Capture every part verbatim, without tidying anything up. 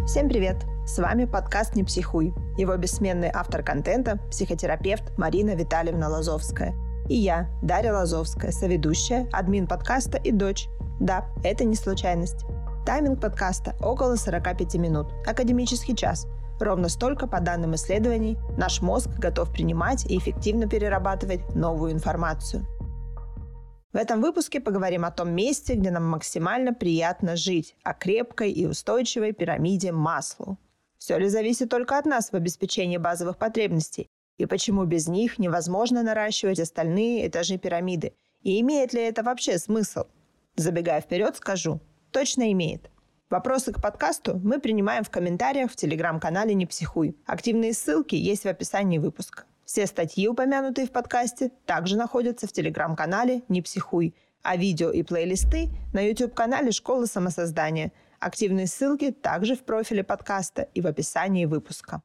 Всем привет! С вами подкаст «Не психуй». Его бессменный автор контента – психотерапевт Марина Витальевна Лазовская. И я, Дарья Лазовская, соведущая, админ подкаста и дочь. Да, это не случайность. Тайминг подкаста – около сорок пять минут, академический час. Ровно столько, по данным исследований, наш мозг готов принимать и эффективно перерабатывать новую информацию. В этом выпуске поговорим о том месте, где нам максимально приятно жить, о крепкой и устойчивой пирамиде Маслоу. Все ли зависит только от нас в обеспечении базовых потребностей? И почему без них невозможно наращивать остальные этажи пирамиды? И имеет ли это вообще смысл? Забегая вперед, скажу. Точно имеет. Вопросы к подкасту мы принимаем в комментариях в телеграм-канале «Не психуй». Активные ссылки есть в описании выпуска. Все статьи, упомянутые в подкасте, также находятся в телеграм-канале «Не психуй», а видео и плейлисты на YouTube-канале «Школа самосоздания». Активные ссылки также в профиле подкаста и в описании выпуска.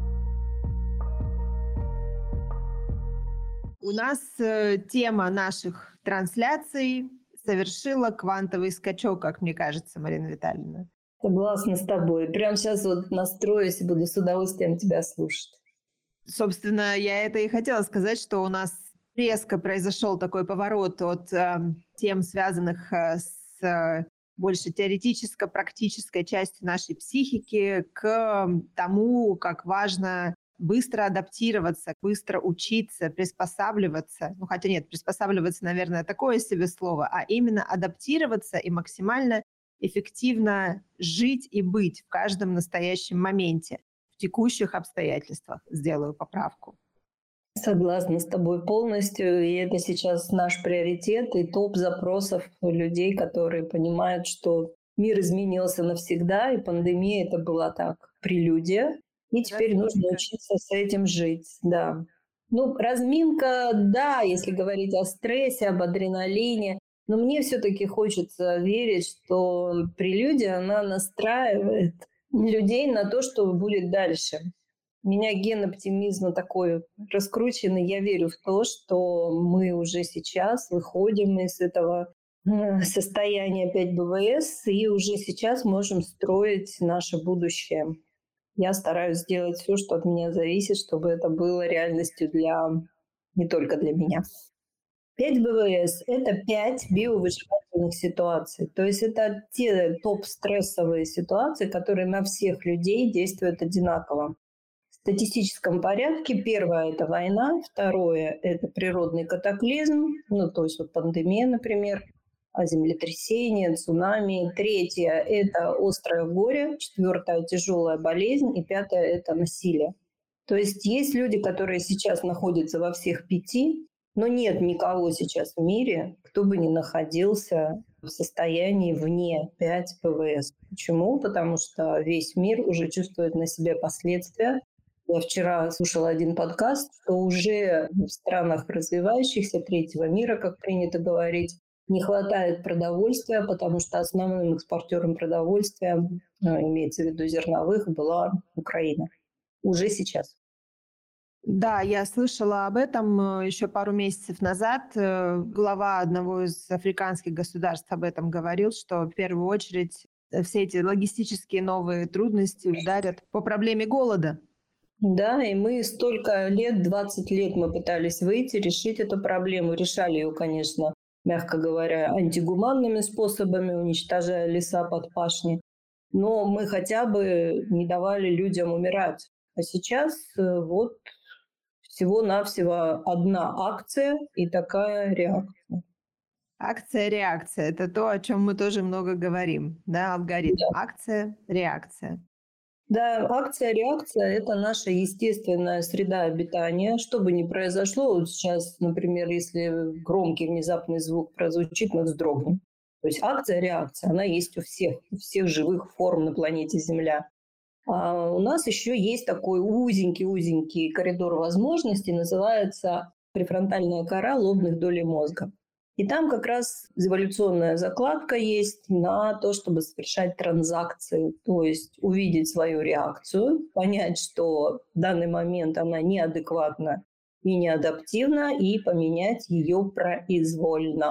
У нас э, тема наших трансляций совершила квантовый скачок, как мне кажется, Марина Витальевна. Согласна с тобой. Прямо сейчас вот настроюсь и буду с удовольствием тебя слушать. Собственно, я это и хотела сказать, что у нас резко произошел такой поворот от э, тем, связанных э, с э, больше теоретическо-практической частью нашей психики, к тому, как важно быстро адаптироваться, быстро учиться, приспосабливаться. Ну, хотя нет, приспосабливаться, наверное, такое себе слово, а именно адаптироваться и максимально эффективно жить и быть в каждом настоящем моменте. В текущих обстоятельствах, сделаю поправку. Согласна с тобой полностью. И это сейчас наш приоритет и топ запросов людей, которые понимают, что мир изменился навсегда, и пандемия это была так, прелюдия. И теперь разминка. Нужно учиться с этим жить. Да. Ну, разминка, да, если говорить о стрессе, об адреналине. Но мне все-таки хочется верить, что прелюдия, она настраивает людей на то, что будет дальше. У меня ген оптимизма такой раскрученный. Я верю в то, что мы уже сейчас выходим из этого состояния пять бэ вэ эс и уже сейчас можем строить наше будущее. Я стараюсь сделать все, что от меня зависит, чтобы это было реальностью для не только для меня. пять бэ вэ эс – это пять биовыживательных ситуаций. То есть это те топ-стрессовые ситуации, которые на всех людей действуют одинаково. В статистическом порядке первое – это война, второе – это природный катаклизм, ну то есть вот пандемия, например, землетрясение, цунами. Третье – это острое горе, четвертое – тяжелая болезнь и пятое – это насилие. То есть есть люди, которые сейчас находятся во всех пяти, но нет никого сейчас в мире, кто бы не находился в состоянии вне пять бэ вэ эс. Почему? Потому что весь мир уже чувствует на себе последствия. Я вчера слушала один подкаст, что уже в странах развивающихся третьего мира, как принято говорить, не хватает продовольствия, потому что основным экспортером продовольствия, имеется в виду зерновых, была Украина. Уже сейчас. Да, я слышала об этом еще пару месяцев назад. Глава одного из африканских государств об этом говорил, что в первую очередь все эти логистические новые трудности ударят по проблеме голода. Да, и мы столько лет, двадцать лет мы пытались выйти, решить эту проблему. Решали ее, конечно, мягко говоря, антигуманными способами, уничтожая леса под пашни. Но мы хотя бы не давали людям умирать. А сейчас вот всего-навсего одна акция и такая реакция. Акция-реакция – это то, о чем мы тоже много говорим. Да, алгоритм. Да. Акция, реакция. Да, акция-реакция – это наша естественная среда обитания. Что бы ни произошло, вот сейчас, например, если громкий внезапный звук прозвучит, мы вздрогнем. То есть акция-реакция, она есть у всех, у всех живых форм на планете Земля. А у нас еще есть такой узенький-узенький коридор возможностей, называется префронтальная кора лобных долей мозга. И там как раз эволюционная закладка есть на то, чтобы совершать транзакции, то есть увидеть свою реакцию, понять, что в данный момент она неадекватна и неадаптивна, и поменять ее произвольно.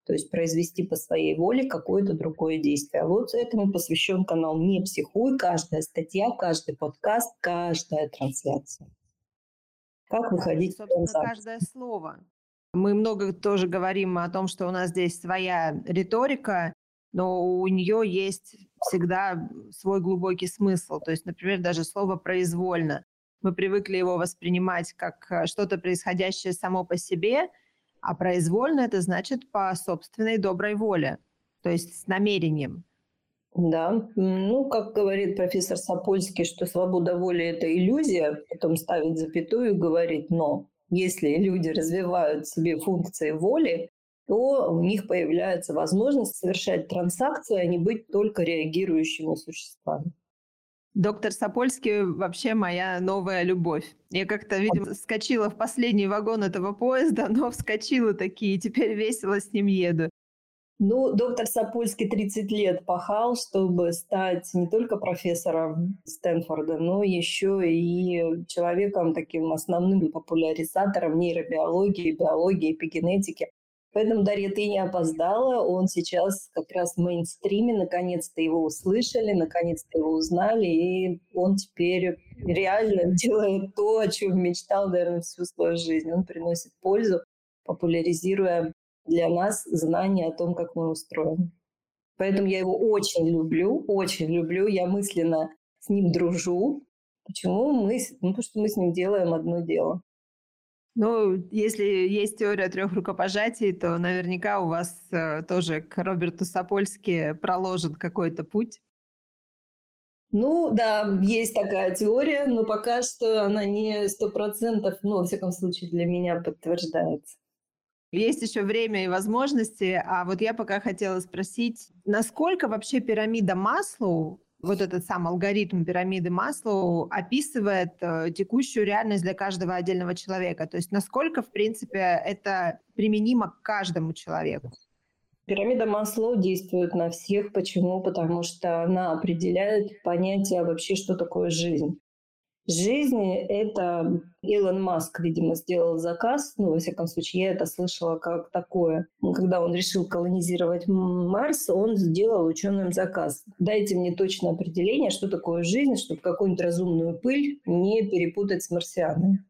То есть произвести по своей воле какое-то другое действие. А вот этому посвящен канал «Не психуй». Каждая статья, каждый подкаст, каждая трансляция. Как Да, и, выходить в собственно, каждое транзакции. слово. Мы много тоже говорим о том, что у нас здесь своя риторика, но у нее есть всегда свой глубокий смысл. То есть, например, даже слово «произвольно». Мы привыкли его воспринимать как э, что-то происходящее само по себе, а произвольно это значит по собственной доброй воле, то есть с намерением. Да, ну, как говорит профессор Сапольский, что свобода воли – это иллюзия, потом ставит запятую и говорит, но если люди развивают в себе функции воли, то у них появляется возможность совершать транзакции, а не быть только реагирующими существами. Доктор Сапольский вообще моя новая любовь. Я как-то, видимо, вскочила в последний вагон этого поезда, но вскочила такие, и теперь весело с ним еду. Ну, доктор Сапольский тридцать лет пахал, чтобы стать не только профессором Стэнфорда, но еще и человеком, таким основным популяризатором нейробиологии, биологии, эпигенетики. Поэтому, Дарья, ты не опоздала. Он сейчас как раз в мейнстриме. Наконец-то его услышали, наконец-то его узнали. И он теперь реально делает то, о чем мечтал, наверное, всю свою жизнь. Он приносит пользу, популяризируя для нас знания о том, как мы устроены. Поэтому я его очень люблю, очень люблю. Я мысленно с ним дружу. Почему? Мы, ну, потому что мы с ним делаем одно дело. Ну, если есть теория трех рукопожатий, то наверняка у вас э, тоже к Роберту Сапольски проложен какой-то путь. Ну, да, есть такая теория, но пока что она не сто процентов, ну, во всяком случае, для меня подтверждается. Есть еще время и возможности, а вот я пока хотела спросить, насколько вообще пирамида Маслоу, вот этот сам алгоритм пирамиды Маслоу описывает э, текущую реальность для каждого отдельного человека? То есть насколько, в принципе, это применимо к каждому человеку? Пирамида Маслоу действует на всех. Почему? Потому что она определяет понятие вообще, что такое жизнь. Жизнь — это Илон Маск, видимо, сделал заказ, ну, во всяком случае, я это слышала как такое. Когда он решил колонизировать Марс, он сделал ученым заказ. Дайте мне точное определение, что такое жизнь, чтобы какую-нибудь разумную пыль не перепутать с марсианами.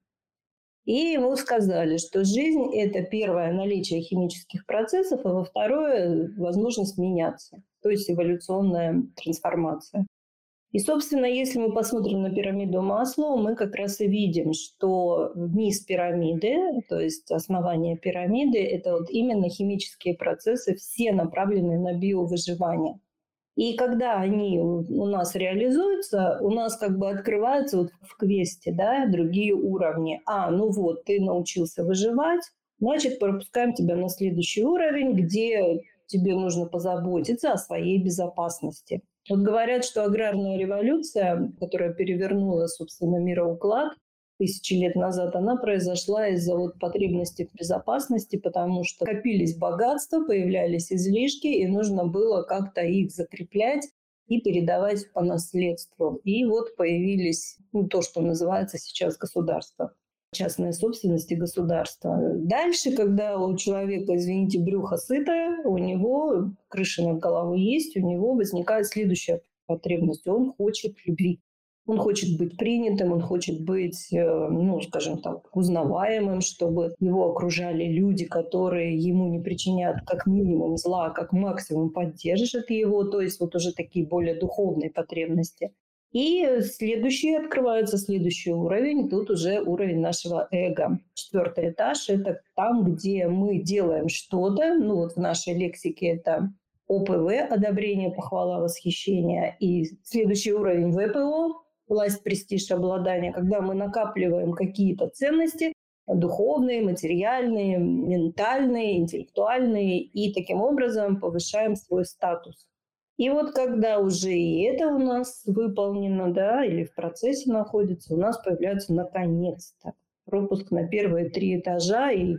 И ему сказали, что жизнь — это первое — наличие химических процессов, а во второе — возможность меняться, то есть эволюционная трансформация. И, собственно, если мы посмотрим на пирамиду Маслоу, мы как раз и видим, что вниз пирамиды, то есть основание пирамиды, это вот именно химические процессы, все направленные на биовыживание. И когда они у нас реализуются, у нас как бы открываются вот в квесте, да, другие уровни. А, ну вот, ты научился выживать, значит, пропускаем тебя на следующий уровень, где тебе нужно позаботиться о своей безопасности. Вот говорят, что аграрная революция, которая перевернула, собственно, мироуклад тысячи лет назад, она произошла из-за вот потребности в безопасности, потому что копились богатства, появлялись излишки, и нужно было как-то их закреплять и передавать по наследству. И вот появились, ну, то, что называется сейчас государство, частная собственность и государство. Дальше, когда у человека, извините, брюхо сытое, у него крыша над головой есть, у него возникает следующая потребность. Он хочет любви. Он хочет быть принятым, он хочет быть, ну, скажем так, узнаваемым, чтобы его окружали люди, которые ему не причиняют как минимум зла, а как максимум поддержат его, то есть вот уже такие более духовные потребности. И следующий открывается следующий уровень, тут уже уровень нашего эго. Четвертый этаж – это там, где мы делаем что-то, ну вот в нашей лексике это О П В – одобрение, похвала, восхищение, и следующий уровень В П О – власть, престиж, обладание, когда мы накапливаем какие-то ценности, духовные, материальные, ментальные, интеллектуальные, и таким образом повышаем свой статус. И вот когда уже и это у нас выполнено, да, или в процессе находится, у нас появляется наконец-то пропуск на первые три этажа и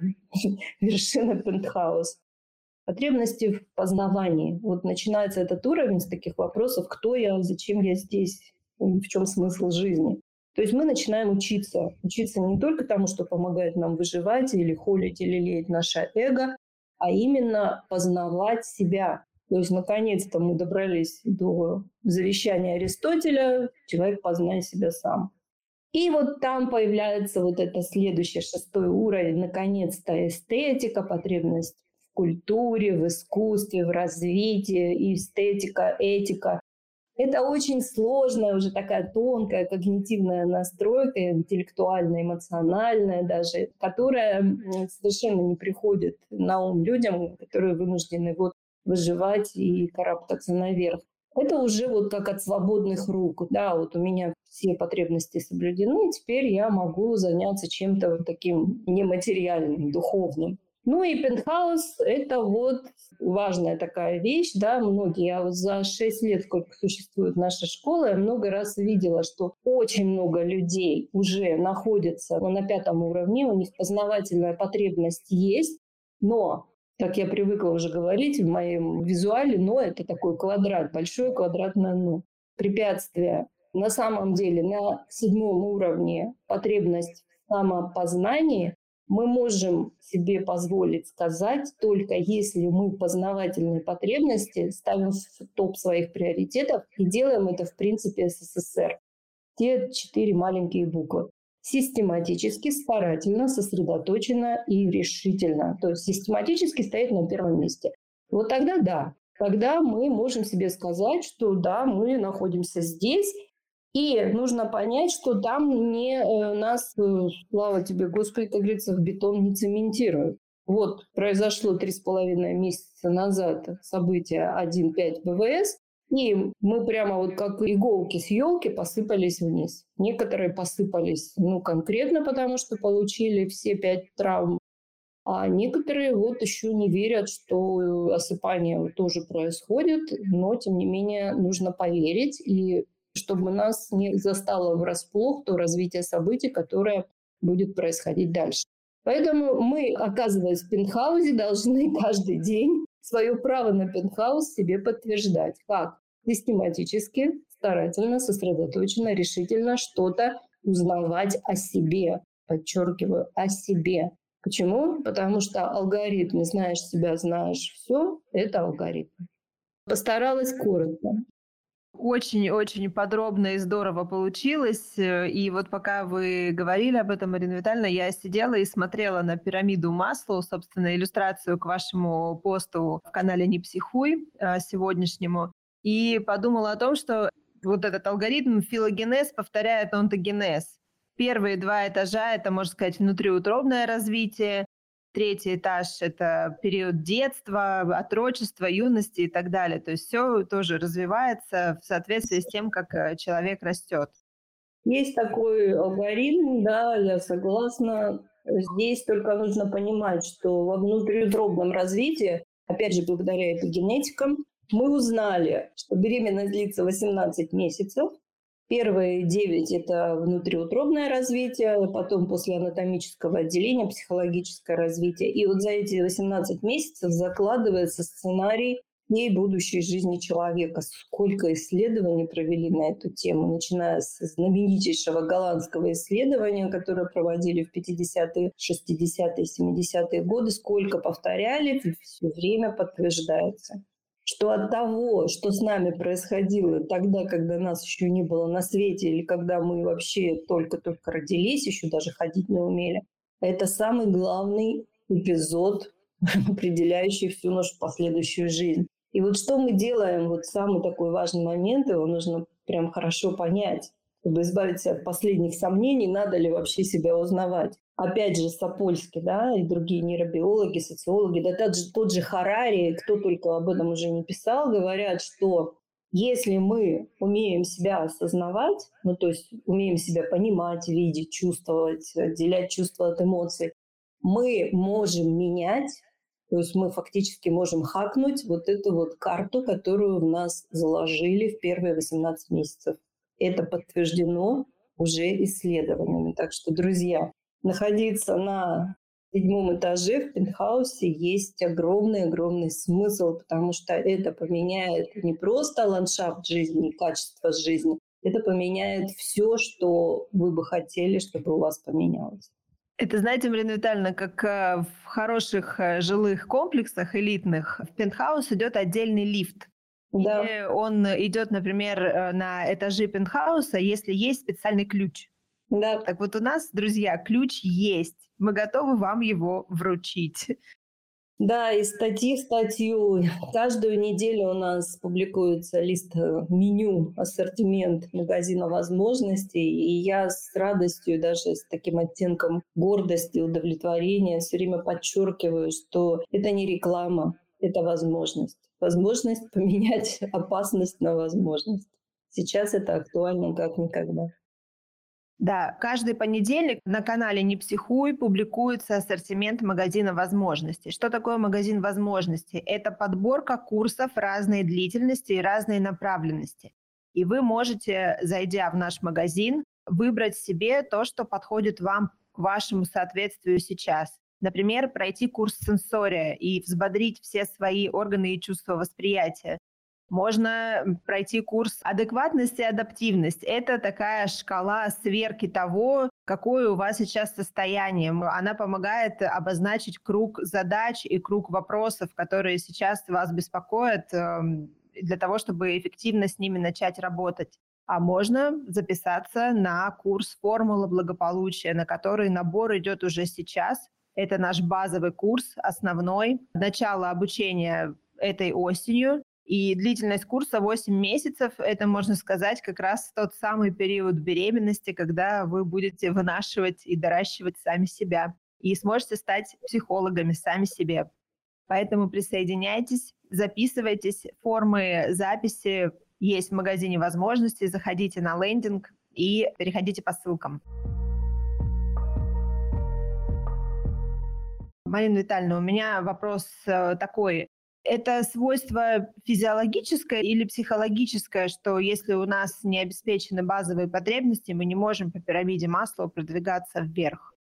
вершина пентхауса. Потребности в познавании. Вот начинается этот уровень с таких вопросов: кто я, зачем я здесь, в чем смысл жизни. То есть мы начинаем учиться. Учиться не только тому, что помогает нам выживать или холить, или лелеять наше эго, а именно познавать себя. То есть, наконец-то мы добрались до завещания Аристотеля «Человек, познай себя сам». И вот там появляется вот это следующий, шестой уровень, наконец-то эстетика, потребность в культуре, в искусстве, в развитии, эстетика, этика. Это очень сложная, уже такая тонкая когнитивная настройка, интеллектуальная, эмоциональная даже, которая совершенно не приходит на ум людям, которые вынуждены вот выживать и карабкаться наверх. Это уже вот как от свободных рук. Да, вот у меня все потребности соблюдены, и теперь я могу заняться чем-то вот таким нематериальным, духовным. Ну и пентхаус — это вот важная такая вещь, да, многие, я вот за шесть лет, сколько существует наша школа, я много раз видела, что очень много людей уже находятся на пятом уровне, у них познавательная потребность есть, но, как я привыкла уже говорить в моем визуале, но это такой квадрат, большое квадратное «но». Препятствие. На самом деле на седьмом уровне потребность в самопознании мы можем себе позволить сказать только если мы познавательные потребности ставим в топ своих приоритетов и делаем это в принципе СССР. Те четыре маленькие буквы. Систематически, старательно, сосредоточенно и решительно. То есть систематически стоит на первом месте. Вот тогда да. Тогда мы можем себе сказать, что да, мы находимся здесь. И нужно понять, что там не э, нас, э, слава тебе, Господи, как говорится, в бетон не цементируют. Вот произошло три с половиной месяца назад событие один пять бэ вэ эс, и мы прямо вот как иголки с елки посыпались вниз. Некоторые посыпались, ну, конкретно, потому что получили все пять травм, а некоторые вот еще не верят, что осыпание тоже происходит, но, тем не менее, нужно поверить, и чтобы нас не застало врасплох то развитие событий, которое будет происходить дальше. Поэтому мы, оказываясь в пентхаусе, должны каждый день свое право на пентхаус себе подтверждать. Как? Систематически, старательно, сосредоточенно, решительно что-то узнавать о себе. Подчеркиваю, о себе. Почему? Потому что алгоритм «знаешь себя, знаешь все» — это алгоритм. Постаралась коротко. Очень-очень подробно и здорово получилось. И вот пока вы говорили об этом, Марина Витальевна, я сидела и смотрела на пирамиду Маслоу, собственно, иллюстрацию к вашему посту в канале «Не психуй» сегодняшнему, и подумала о том, что вот этот алгоритм филогенез повторяет онтогенез. Первые два этажа — это, можно сказать, внутриутробное развитие. Третий этаж — это период детства, отрочества, юности и так далее. То есть все тоже развивается в соответствии с тем, как человек растет. Есть такой алгоритм, да, я согласна. Здесь только нужно понимать, что во внутриутробном развитии, опять же, благодаря эпигенетикам, мы узнали, что беременность длится восемнадцать месяцев. Первые девять – это внутриутробное развитие, потом после анатомического отделения психологическое развитие. И вот за эти восемнадцать месяцев закладывается сценарий всей будущей жизни человека. Сколько исследований провели на эту тему, начиная с знаменитейшего голландского исследования, которое проводили в пятидесятые, шестидесятые, семидесятые годы, сколько повторяли, все время подтверждается, что от того, что с нами происходило тогда, когда нас еще не было на свете, или когда мы вообще только-только родились, еще даже ходить не умели, это самый главный эпизод, определяющий всю нашу последующую жизнь. И вот что мы делаем, вот самый такой важный момент, его нужно прям хорошо понять, чтобы избавиться от последних сомнений, надо ли вообще себя узнавать. Опять же, Сапольский, да, и другие нейробиологи, социологи, да тот же, тот же Харари, кто только об этом уже не писал, говорят, что если мы умеем себя осознавать, ну то есть умеем себя понимать, видеть, чувствовать, отделять чувства от эмоций, мы можем менять, то есть мы фактически можем хакнуть вот эту вот карту, которую в нас заложили в первые восемнадцать месяцев. Это подтверждено уже исследованиями. Так что, друзья, находиться на седьмом этаже в пентхаусе есть огромный-огромный смысл, потому что это поменяет не просто ландшафт жизни и качество жизни, это поменяет все, что вы бы хотели, чтобы у вас поменялось. Это, знаете, Марина Витальевна, как э, в хороших э, жилых комплексах элитных в пентхаус идет отдельный лифт. Да, И он идет, например, э, на этажи пентхауса, если есть специальный ключ. да. Так вот у нас, друзья, ключ есть. Мы готовы вам его вручить. Да, из статьи в статью. Каждую неделю у нас публикуется лист э, меню, ассортимент магазина возможностей. И я с радостью, даже с таким оттенком гордости, удовлетворения все время подчеркиваю, что это не реклама, это возможность. Возможность поменять опасность на возможность. Сейчас это актуально как никогда. Да, каждый понедельник на канале «Не психуй» публикуется ассортимент магазина возможностей. Что такое магазин возможностей? Это подборка курсов разной длительности и разной направленности. И вы можете, зайдя в наш магазин, выбрать себе то, что подходит вам к вашему соответствию сейчас. Например, пройти курс сенсория и взбодрить все свои органы и чувства восприятия. Можно пройти курс адекватность и адаптивность. Это такая шкала сверки того, какое у вас сейчас состояние. Она помогает обозначить круг задач и круг вопросов, которые сейчас вас беспокоят, эм, для того, чтобы эффективно с ними начать работать. А можно записаться на курс «Формула благополучия», на который набор идет уже сейчас. Это наш базовый курс, основной. Начало обучения этой осенью. И длительность курса восемь месяцев. Это, можно сказать, как раз тот самый период беременности, когда вы будете вынашивать и доращивать сами себя. И сможете стать психологами сами себе. Поэтому присоединяйтесь, записывайтесь. Формы записи есть в магазине возможностей. Заходите на лендинг и переходите по ссылкам. Марина Витальевна, у меня вопрос э, такой. Это свойство физиологическое или психологическое, что если у нас не обеспечены базовые потребности, мы не можем по пирамиде Маслоу продвигаться вверх?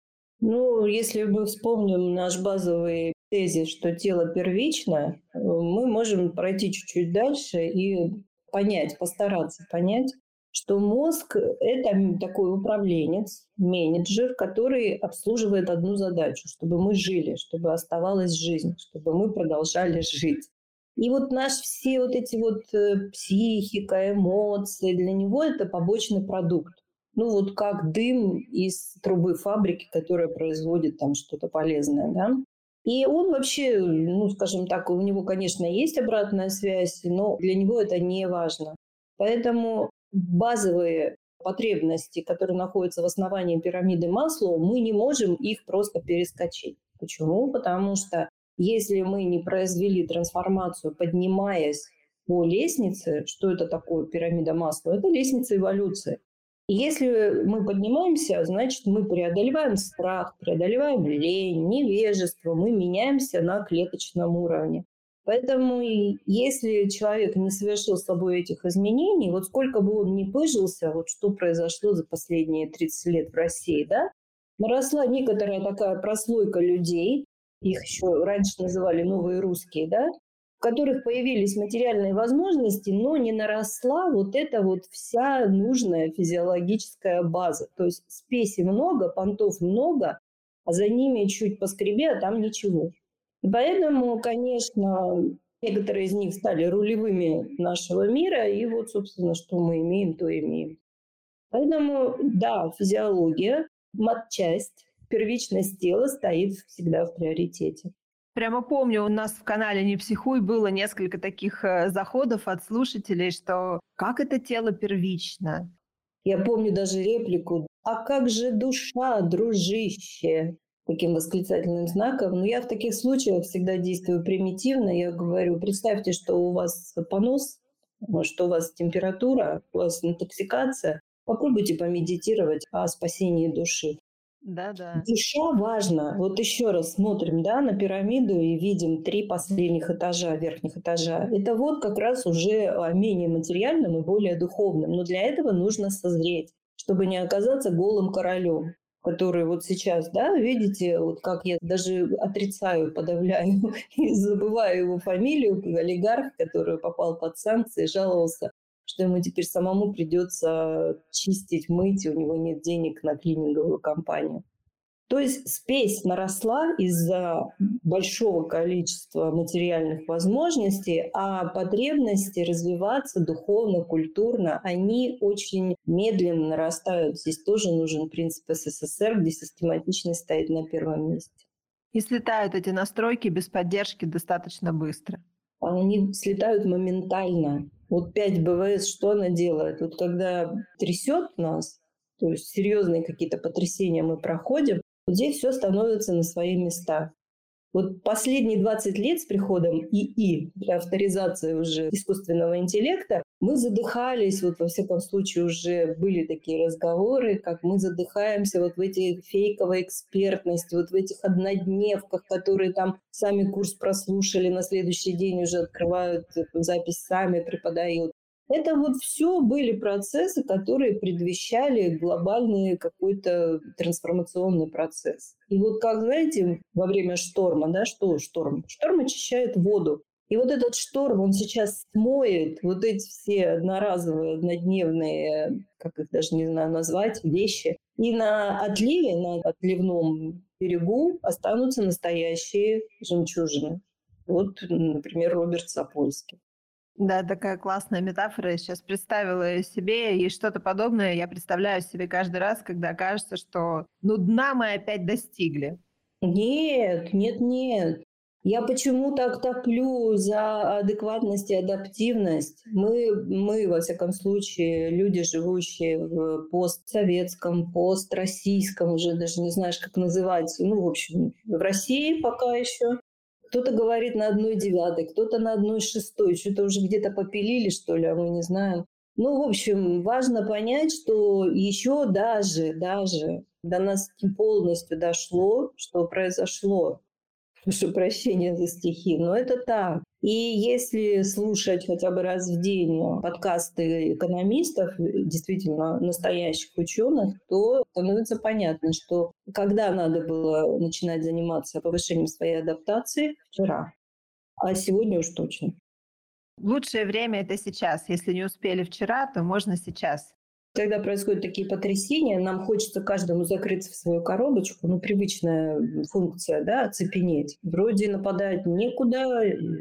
Ну, если мы вспомним наш базовый тезис, что тело первично, э, мы можем пройти чуть-чуть дальше и понять, постараться понять, что мозг– это м, такой управленец, менеджер, который обслуживает одну задачу, чтобы мы жили, чтобы оставалась жизнь, чтобы мы продолжали жить. И вот наши все вот эти вот э, психика, эмоции, для него это побочный продукт. Ну вот как дым из трубы фабрики, которая производит там что-то полезное, да. И он вообще, ну, скажем так, у него, конечно, есть обратная связь, но для него это не важно. Поэтому базовые потребности, которые находятся в основании пирамиды Маслоу, мы не можем их просто перескочить. Почему? Потому что если мы не произвели трансформацию, поднимаясь по лестнице, что это такое пирамида Маслоу? Это лестница эволюции. И если мы поднимаемся, значит, мы преодолеваем страх, преодолеваем лень, невежество, мы меняемся на клеточном уровне. Поэтому и если человек не совершил с собой этих изменений, вот сколько бы он ни пыжился, вот что произошло за последние тридцать лет в России, да, наросла некоторая такая прослойка людей, их еще раньше называли новые русские, да, в которых появились материальные возможности, но не наросла вот эта вот вся нужная физиологическая база. То есть спеси много, понтов много, а за ними чуть поскреби, а там ничего. И поэтому, конечно, некоторые из них стали рулевыми нашего мира, и вот, собственно, что мы имеем, то имеем. Поэтому, да, физиология, матчасть, первичность тела стоит всегда в приоритете. Прямо помню, у нас в канале «Не психуй» было несколько таких э, заходов от слушателей, что как это тело первично. Я помню даже реплику «А как же душа, дружище?» таким восклицательным знаком. Но я в таких случаях всегда действую примитивно. Я говорю, представьте, что у вас понос, что у вас температура, у вас интоксикация. Попробуйте помедитировать о спасении души. Да-да. Душа важна. Вот еще раз смотрим, да, на пирамиду и видим три последних этажа, верхних этажа. Это вот как раз уже о менее материальном и более духовном. Но для этого нужно созреть, чтобы не оказаться голым королем, который вот сейчас, да, видите, вот как я даже отрицаю, подавляю и забываю его фамилию, олигарх, который попал под санкции, жаловался, что ему теперь самому придется чистить, мыть, и у него нет денег на клининговую компанию. То есть спесь наросла из-за большого количества материальных возможностей, а потребности развиваться духовно, культурно, они очень медленно нарастают. Здесь тоже нужен принцип СССР, где систематичность стоит на первом месте. И слетают эти настройки без поддержки достаточно быстро. Они слетают моментально. Вот пять бэ вэ эс, что она делает? Вот когда трясет нас, то есть серьезные какие-то потрясения мы проходим, вот здесь все становится на свои места. Вот последние двадцать лет с приходом ИИ, авторизации уже искусственного интеллекта, мы задыхались, вот во всяком случае уже были такие разговоры, как мы задыхаемся вот в этой фейковой экспертности, вот в этих однодневках, которые там сами курс прослушали, на следующий день уже открывают запись, сами преподают. Это вот все были процессы, которые предвещали глобальный какой-то трансформационный процесс. И вот как, знаете, во время шторма, да, что шторм? Шторм очищает воду. И вот этот шторм, он сейчас смоет вот эти все одноразовые, однодневные, как их даже не знаю назвать, вещи. И на отливе, на отливном берегу останутся настоящие жемчужины. Вот, например, Роберт Сапольский. Да, такая классная метафора. Я сейчас представила себе, и что-то подобное я представляю себе каждый раз, когда кажется, что ну дна мы опять достигли. Нет, нет, нет. Я почему так топлю за адекватность и адаптивность? Мы, мы, во всяком случае, люди, живущие в постсоветском, построссийском, уже даже не знаешь, как называть, ну, в общем, в России пока еще. Кто-то говорит на одной девятой, кто-то на одной шестой. Что-то уже где-то попилили, что ли, а мы не знаем. Ну, в общем, важно понять, что еще даже, даже до нас не полностью дошло, что произошло. Прошу прощения за стихи, но это так. И если слушать хотя бы раз в день подкасты экономистов, действительно настоящих ученых, то становится понятно, что когда надо было начинать заниматься повышением своей адаптации, вчера, а сегодня уж точно. Лучшее время — это сейчас. Если не успели вчера, то можно сейчас. Когда происходят такие потрясения, нам хочется каждому закрыться в свою коробочку, ну, привычная функция, да, оцепенеть. Вроде нападать некуда,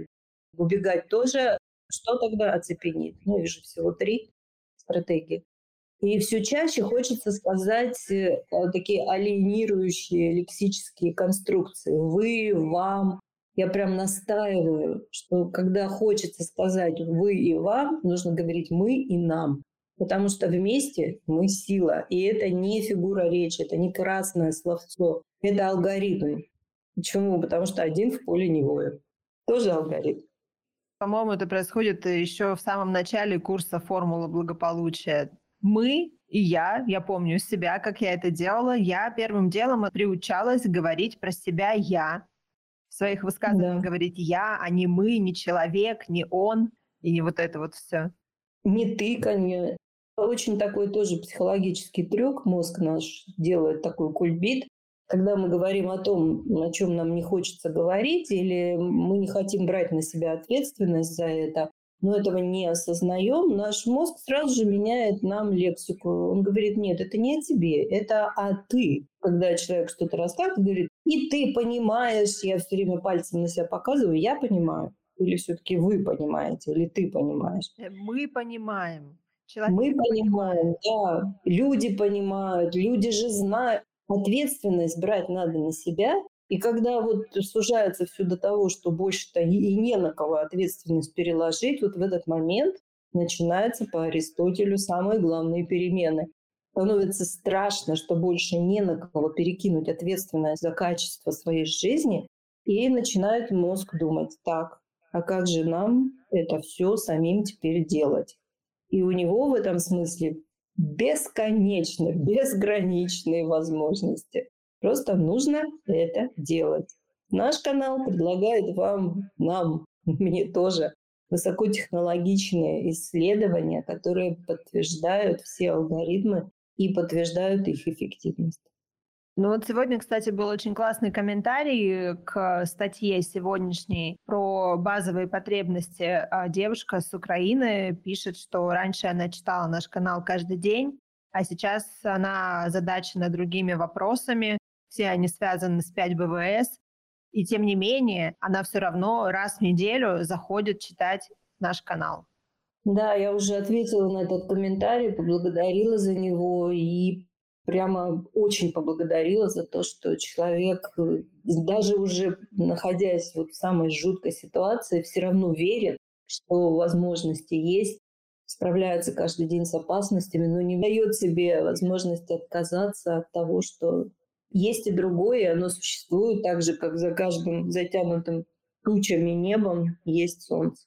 убегать тоже. Что тогда оцепенеть? Ну, их же всего три стратегии. И все чаще хочется сказать э, такие алиенирующие лексические конструкции. Вы, вам. Я прям настаиваю, что когда хочется сказать «вы» и «вам», нужно говорить «мы» и «нам». Потому что вместе мы сила. И это не фигура речи, это не красное словцо, это алгоритм. Почему? Потому что один в поле не воин. Тоже алгоритм. По-моему, это происходит еще в самом начале курса «Формула благополучия». Мы и я, я помню себя, как я это делала, я первым делом приучалась говорить про себя «я». В своих высказываниях Да. говорить «я», а не «мы», не «человек», не «он», и не вот это вот все. Не тыканье. Очень такой тоже психологический трюк. Мозг наш делает такой кульбит. Когда мы говорим о том, о чем нам не хочется говорить, или мы не хотим брать на себя ответственность за это, но этого не осознаем, наш мозг сразу же меняет нам лексику. Он говорит, нет, это не о тебе, это о ты. Когда человек что-то рассказывает, говорит, и ты понимаешь, я все время пальцем на себя показываю, я понимаю. Или все-таки вы понимаете, или ты понимаешь. Мы понимаем. Человек Мы понимает. понимаем, да, люди понимают, люди же знают. Ответственность брать надо на себя. И когда вот сужается все до того, что больше-то и и не на кого ответственность переложить, вот в этот момент начинается по Аристотелю самые главные перемены. Становится страшно, что больше не на кого перекинуть ответственность за качество своей жизни, и начинает мозг думать, так, а как же нам это все самим теперь делать? И у него в этом смысле бесконечно, безграничные возможности. Просто нужно это делать. Наш канал предлагает вам, нам, мне тоже, высокотехнологичные исследования, которые подтверждают все алгоритмы и подтверждают их эффективность. Ну вот сегодня, кстати, был очень классный комментарий к статье сегодняшней про базовые потребности. А девушка с Украины пишет, что раньше она читала наш канал каждый день, а сейчас она озадачена другими вопросами. все они связаны с пять бэ вэ эс, и тем не менее она все равно раз в неделю заходит читать наш канал. Да, я уже ответила на этот комментарий, поблагодарила за него и прямо очень поблагодарила за то, что человек, э, даже уже находясь вот в самой жуткой ситуации, все равно верит, что возможности есть, справляется каждый день с опасностями, но не дает себе возможности отказаться от того, что есть и другое, и оно существует так же, как за каждым затянутым тучами небом есть солнце.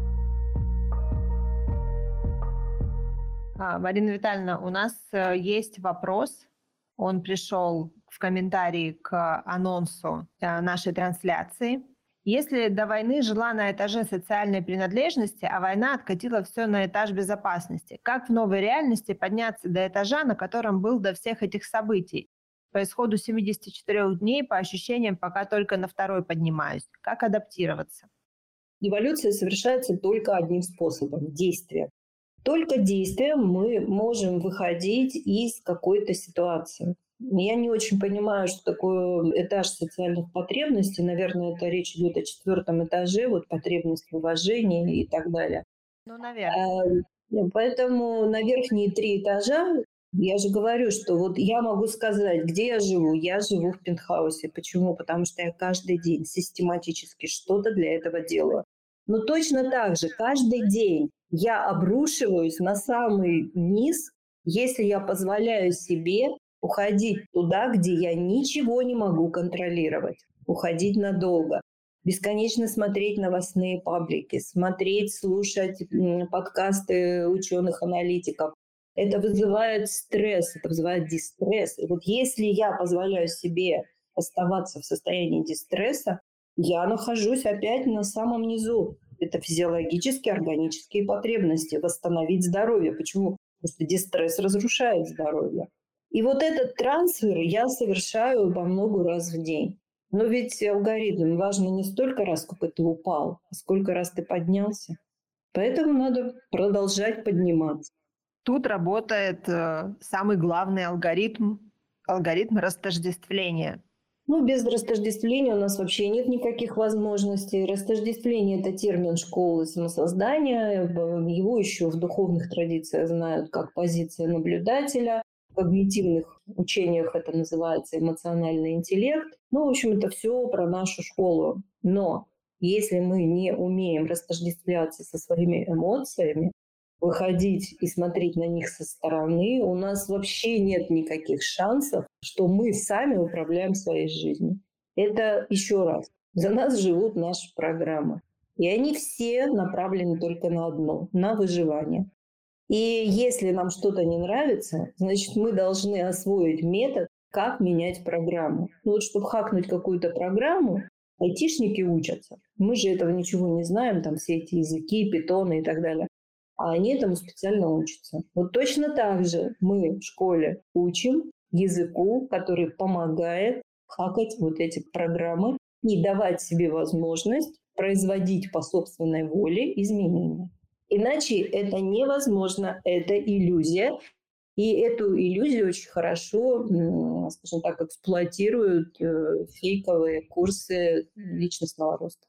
А, Марина Витальевна, у нас э, есть вопрос. Он пришел в комментарии к анонсу э, нашей трансляции. Если до войны жила на этаже социальной принадлежности, а война откатила все на этаж безопасности, как в новой реальности подняться до этажа, на котором был до всех этих событий? По исходу семидесяти четырёх дней, по ощущениям, пока только на второй поднимаюсь. Как адаптироваться? Эволюция совершается только одним способом – действие. Только действием мы можем выходить из какой-то ситуации. Я не очень понимаю, что такое этаж социальных потребностей. Наверное, это речь идет о четвертом этаже, вот потребность в уважении и так далее. Ну, наверное. А, Поэтому на верхние три этажа, я же говорю, что вот я могу сказать, где я живу. Я живу в пентхаусе. Почему? Потому что я каждый день систематически что-то для этого делаю. Но точно так же каждый день я обрушиваюсь на самый низ, если я позволяю себе уходить туда, где я ничего не могу контролировать, уходить надолго, бесконечно смотреть новостные паблики, смотреть, слушать м, подкасты ученых-аналитиков. Это вызывает стресс, это вызывает дистресс. И вот если я позволяю себе оставаться в состоянии дистресса, я нахожусь опять на самом низу. Это физиологические, органические потребности. Восстановить здоровье. Почему? Потому что дистресс разрушает здоровье. И вот этот трансфер я совершаю по много раз в день. Но ведь алгоритм важно не столько раз, сколько ты упал, а сколько раз ты поднялся. Поэтому надо продолжать подниматься. Тут работает э, самый главный алгоритм, алгоритм растождествления. Ну, без растождествления у нас вообще нет никаких возможностей. Растождествление – это термин школы самосоздания. Его еще в духовных традициях знают как позиция наблюдателя. В когнитивных учениях это называется эмоциональный интеллект. Ну, в общем, это все про нашу школу. Но если мы не умеем растождествляться со своими эмоциями, выходить и смотреть на них со стороны, у нас вообще нет никаких шансов, что мы сами управляем своей жизнью. Это еще раз. За нас живут наши программы. И они все направлены только на одно – на выживание. И если нам что-то не нравится, значит, мы должны освоить метод, как менять программу. Ну вот, чтобы хакнуть какую-то программу, айтишники учатся. Мы же этого ничего не знаем, там все эти языки, питоны и так далее. А они этому специально учатся. Вот точно так же мы в школе учим языку, который помогает хакать вот эти программы и давать себе возможность производить по собственной воле изменения. Иначе это невозможно, это иллюзия. И эту иллюзию очень хорошо, скажем так, эксплуатируют фейковые курсы личностного роста.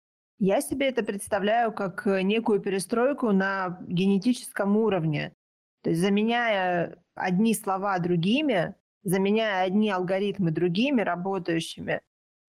Я себе это представляю как некую перестройку на генетическом уровне. То есть заменяя одни слова другими, заменяя одни алгоритмы другими, работающими,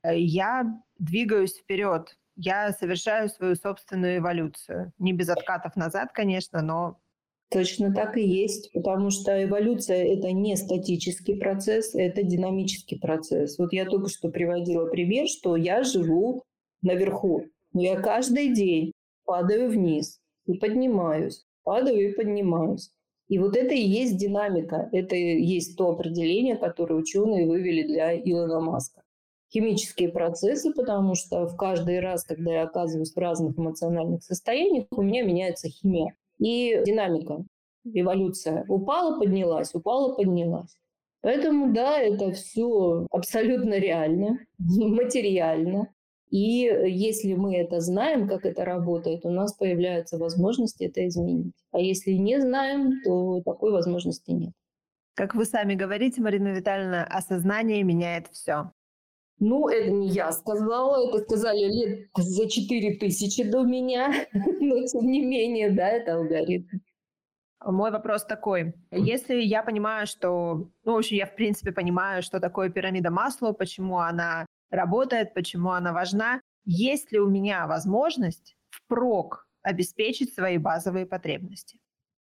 я двигаюсь вперед. Я совершаю свою собственную эволюцию. Не без откатов назад, конечно, но... Точно так и есть, потому что эволюция – это не статический процесс, это динамический процесс. Вот я только что приводила пример, что я живу наверху. Но я каждый день падаю вниз и поднимаюсь, падаю и поднимаюсь. И вот это и есть динамика, это и есть то определение, которое ученые вывели для Илона Маска. Химические процессы, потому что в каждый раз, когда я оказываюсь в разных эмоциональных состояниях, у меня меняется химия. И динамика, эволюция. Упала, поднялась, упала, поднялась. Поэтому да, это все абсолютно реально, материально. И если мы это знаем, как это работает, у нас появляется возможность это изменить. А если не знаем, то такой возможности нет. Как вы сами говорите, Марина Витальевна, осознание меняет все. Ну, это не я сказала, это сказали лет за четыре тысячи до меня, но тем не менее, да, это алгоритм. Мой вопрос такой. Если я понимаю, что... Ну, в общем, я, в принципе, понимаю, что такое пирамида Маслоу, почему она работает, почему она важна, есть ли у меня возможность впрок обеспечить свои базовые потребности?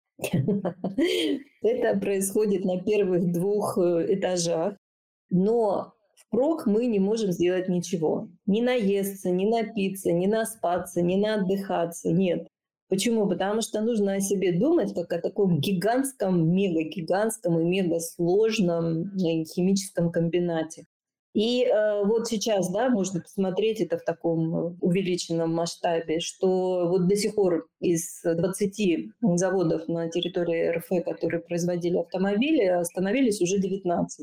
Это происходит на первых двух э, этажах, но впрок мы не можем сделать ничего. Не наесться, не напиться, не наспаться, не наотдыхаться. Нет. Почему? Потому что нужно о себе думать как о таком гигантском, мега-гигантском и мега-сложном э, химическом комбинате. И э, вот сейчас, да, можно посмотреть это в таком э, увеличенном масштабе, что вот до сих пор из двадцати заводов на территории РФ, которые производили автомобили, остановились уже девятнадцать.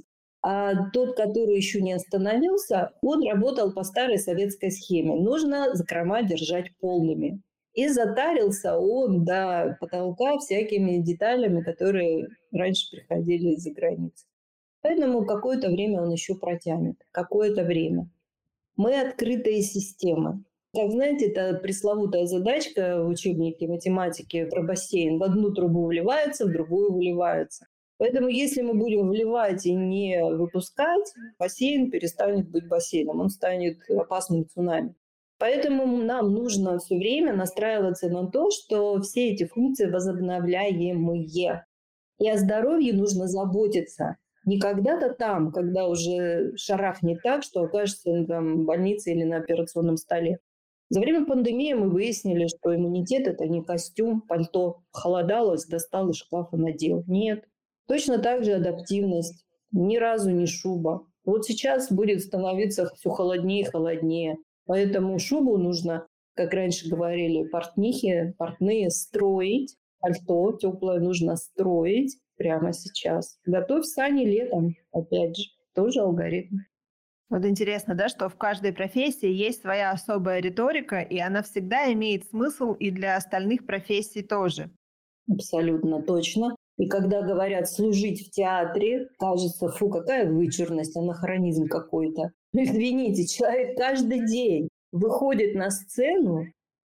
А тот, который еще не остановился, он работал по старой советской схеме. Нужно закрома держать полными. И затарился он до потолка всякими деталями, которые раньше приходили из-за границы. Поэтому какое-то время он еще протянет. Какое-то время. Мы открытые системы. Как знаете, это пресловутая задачка в учебнике математики про бассейн. В одну трубу вливается, в другую выливается. Поэтому если мы будем вливать и не выпускать, бассейн перестанет быть бассейном, он станет опасным цунами. Поэтому нам нужно все время настраиваться на то, что все эти функции возобновляемые. И о здоровье нужно заботиться. Не когда-то там, когда уже шарахнет так, что окажется там, в больнице или на операционном столе. За время пандемии мы выяснили, что иммунитет – это не костюм, пальто. Холодалось, достал из шкафа, надел. Нет. Точно так же адаптивность. Ни разу не шуба. Вот сейчас будет становиться все холоднее и холоднее. Поэтому шубу нужно, как раньше говорили портнихи, портные, строить. Пальто теплое нужно строить прямо сейчас. Готовь сани летом, опять же, тоже алгоритм. Вот интересно, да, что в каждой профессии есть своя особая риторика, и она всегда имеет смысл и для остальных профессий тоже. Абсолютно точно. И когда говорят «служить в театре», кажется, фу, какая вычурность, анахронизм какой-то. Извините, человек каждый день выходит на сцену,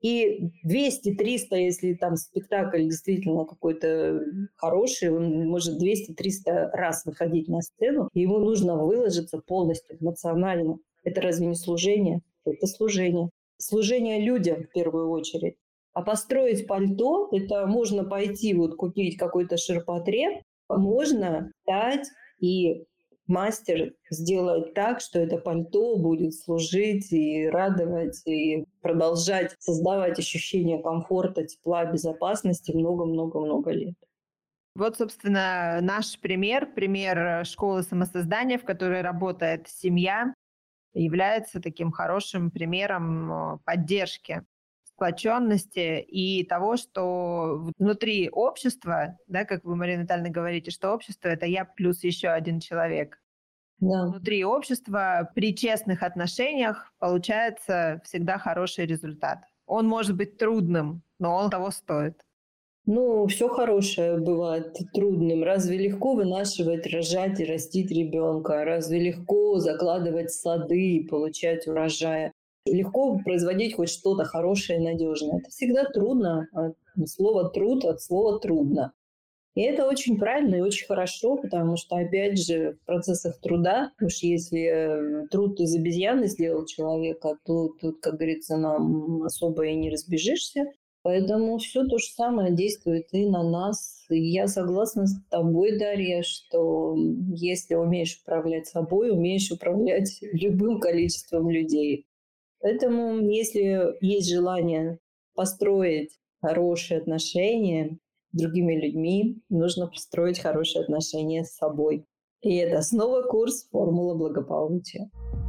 и двести-триста, если там спектакль действительно какой-то хороший, он может двести-триста раз выходить на сцену, и ему нужно выложиться полностью эмоционально. Это разве не служение? Это служение. Служение людям в первую очередь. А построить пальто, это можно пойти вот купить какой-то ширпотреб, можно дать и мастер сделать так, что это пальто будет служить и радовать, и продолжать создавать ощущение комфорта, тепла, безопасности много-много-много лет. Вот, собственно, наш пример, пример школы самосоздания, в которой работает семья, является таким хорошим примером поддержки, сплоченности и того, что внутри общества, да, как вы, Марина Витальевна, говорите, что общество – это я плюс еще один человек. Да. Внутри общества при честных отношениях получается всегда хороший результат. Он может быть трудным, но он того стоит. Ну, все хорошее бывает трудным. Разве легко вынашивать, рожать и растить ребенка? Разве легко закладывать сады и получать урожай? Легко производить хоть что-то хорошее и надежное. Это всегда трудно. Слово «труд» от слова «трудно». И это очень правильно и очень хорошо, потому что, опять же, в процессах труда, уж если труд из обезьяны сделал человека, то тут, как говорится, нам особо и не разбежишься. Поэтому все то же самое действует и на нас. И я согласна с тобой, Дарья, что если умеешь управлять собой, умеешь управлять любым количеством людей. Поэтому, если есть желание построить хорошие отношения с другими людьми, нужно построить хорошие отношения с собой. И это снова курс «Формула благополучия».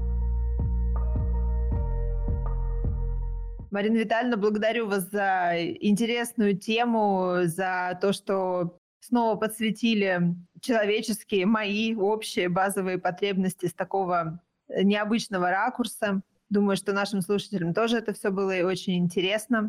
Марина Витальевна, благодарю вас за интересную тему, за то, что снова подсветили человеческие, мои общие базовые потребности с такого необычного ракурса. Думаю, что нашим слушателям тоже это все было очень интересно.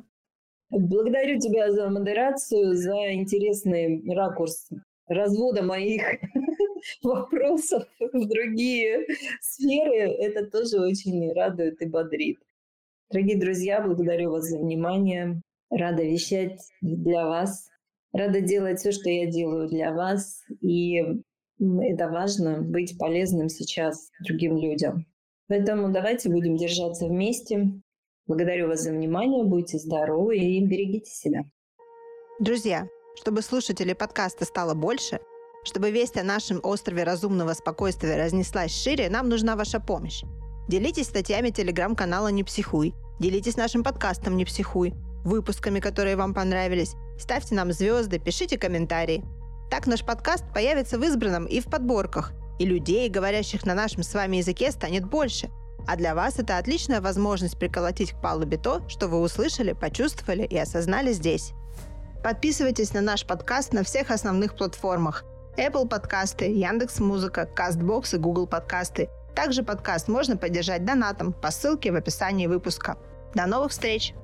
Благодарю тебя за модерацию, за интересный ракурс развода моих вопросов в другие сферы, это тоже очень радует и бодрит. Дорогие друзья, благодарю вас за внимание. Рада вещать для вас. Рада делать все, что я делаю для вас. И это важно, быть полезным сейчас другим людям. Поэтому давайте будем держаться вместе. Благодарю вас за внимание. Будьте здоровы и берегите себя. Друзья, чтобы слушателей подкаста стало больше, чтобы весть о нашем острове разумного спокойствия разнеслась шире, нам нужна ваша помощь. Делитесь статьями телеграм-канала «Не психуй», делитесь нашим подкастом «Не психуй», выпусками, которые вам понравились, ставьте нам звезды, пишите комментарии. Так наш подкаст появится в избранном и в подборках, и людей, говорящих на нашем с вами языке, станет больше. А для вас это отличная возможность приколотить к палубе то, что вы услышали, почувствовали и осознали здесь. Подписывайтесь на наш подкаст на всех основных платформах: Apple подкасты, Яндекс.Музыка, Castbox и Google подкасты. Также подкаст можно поддержать донатом по ссылке в описании выпуска. До новых встреч!